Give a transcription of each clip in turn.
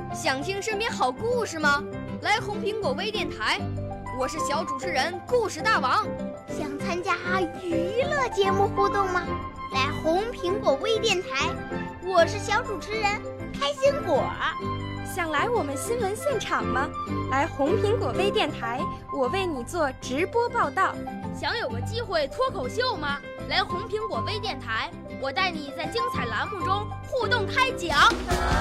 想听身边好故事吗？来红苹果微电台，我是小主持人故事大王。 想参加娱乐节目互动吗？来红苹果微电台，我是小主持人开心果。 想来我们新闻现场吗？来红苹果微电台，我为你做直播报道。 想有个机会脱口秀吗？来红苹果微电台，我带你在精彩栏目中互动开讲。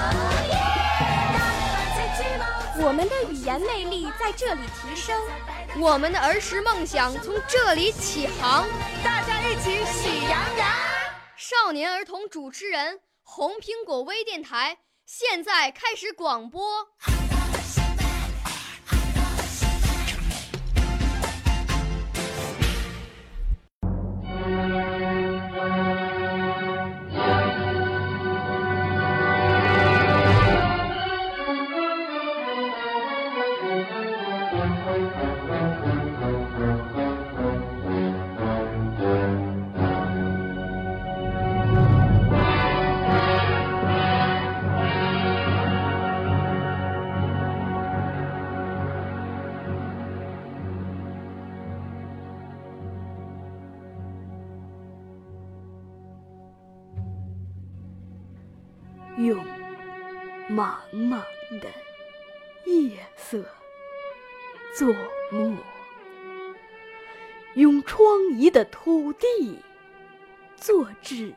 我们的语言魅力在这里提升， 我们的儿时梦想从这里起航。 大家一起喜羊羊。 少年儿童主持人，红苹果微电台现在开始广播。 用茫茫的夜色作墨，用疮痍的土地作纸。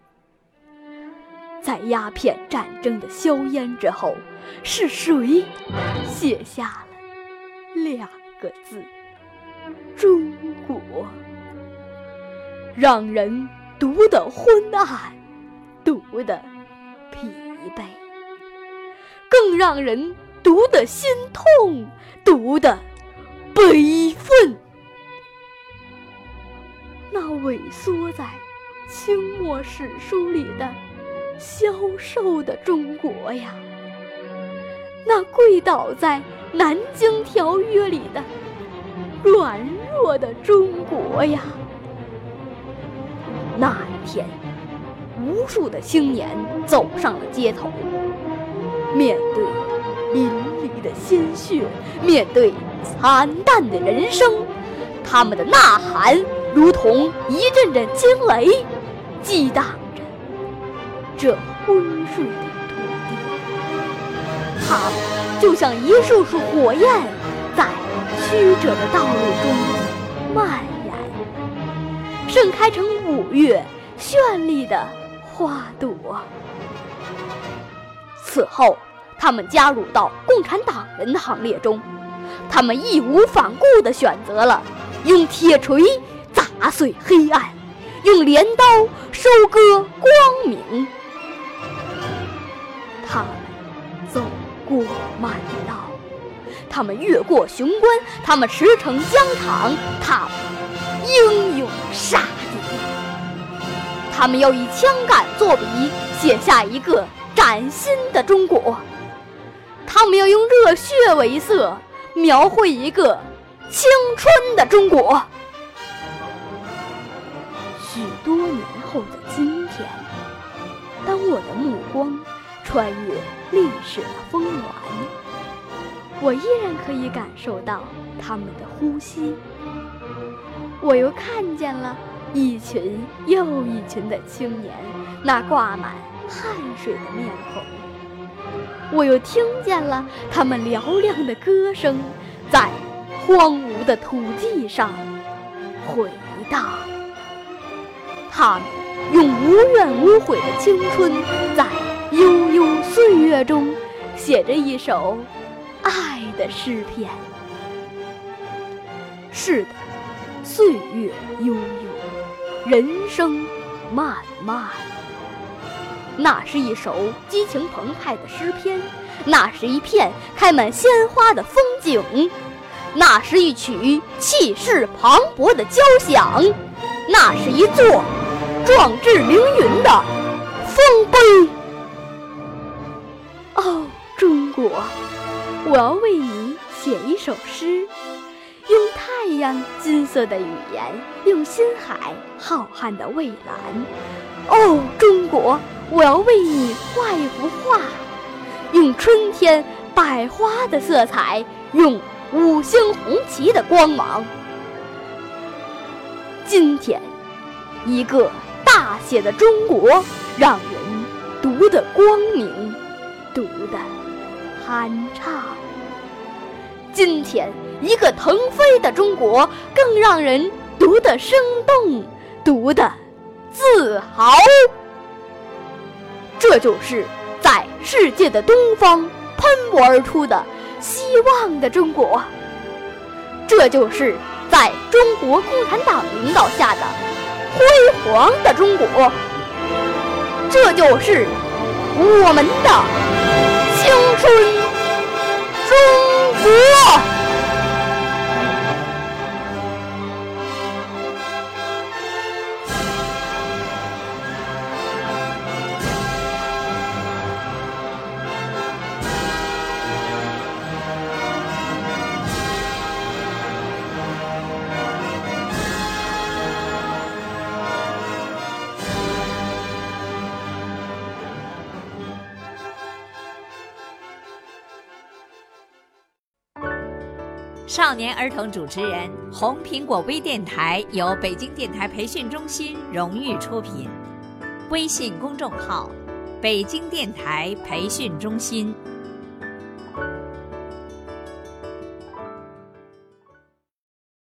在鸦片战争的硝烟之后，是谁写下了2个字：中国？让人读得昏暗，读得疲惫，更让人读得心痛，读得悲愤。那萎缩在清末史书里的消瘦的中国呀，那跪倒在南京条约里的软弱的中国呀。那一天，无数的青年走上了街头，面对淋漓的鲜血，面对惨淡的人生，他们的呐喊如同一阵阵惊雷，激荡着这昏睡的土地。他们就像一束束火焰，在曲折的道路中蔓延，盛开成5月绚丽的花朵。此后，他们加入到共产党人的行列中，他们义无反顾地选择了用铁锤砸碎黑暗，用镰刀收割光明。他们走过漫道，他们越过雄关，他们驰骋疆场，他们英勇杀敌。他们要以枪杆作笔，写下一个崭新的中国。他们要用热血为色，描绘一个青春的中国。许多年后的今天，当我的目光穿越历史的峰峦，我依然可以感受到他们的呼吸。我又看见了一群又一群的青年，那挂满汗水的面孔。我又听见了他们嘹亮的歌声，在荒芜的土地上回荡。他们用无怨无悔的青春，在悠悠岁月中写着一首爱的诗篇。是的，岁月悠悠，人生漫漫。那是一首激情澎湃的诗篇，那是一片开满鲜花的风景，那是一曲气势磅礴的交响，那是一座壮志凌云的丰碑。哦，中国，我要为你写一首诗，用太阳金色的语言，用心海浩瀚的蔚蓝。哦，中国，我要为你画一幅画， 用春天百花的色彩，用五星红旗的光芒。今天，一个大写的中国，让人读得光明，读得酣畅。今天，一个腾飞的中国，更让人读得生动，读得自豪。这就是在世界的东方喷薄而出的希望的中国，这就是在中国共产党领导下的辉煌的中国，这就是我们的青春中国。 少年儿童主持人，红苹果微电台由北京电台培训中心荣誉出品，微信公众号：北京电台培训中心。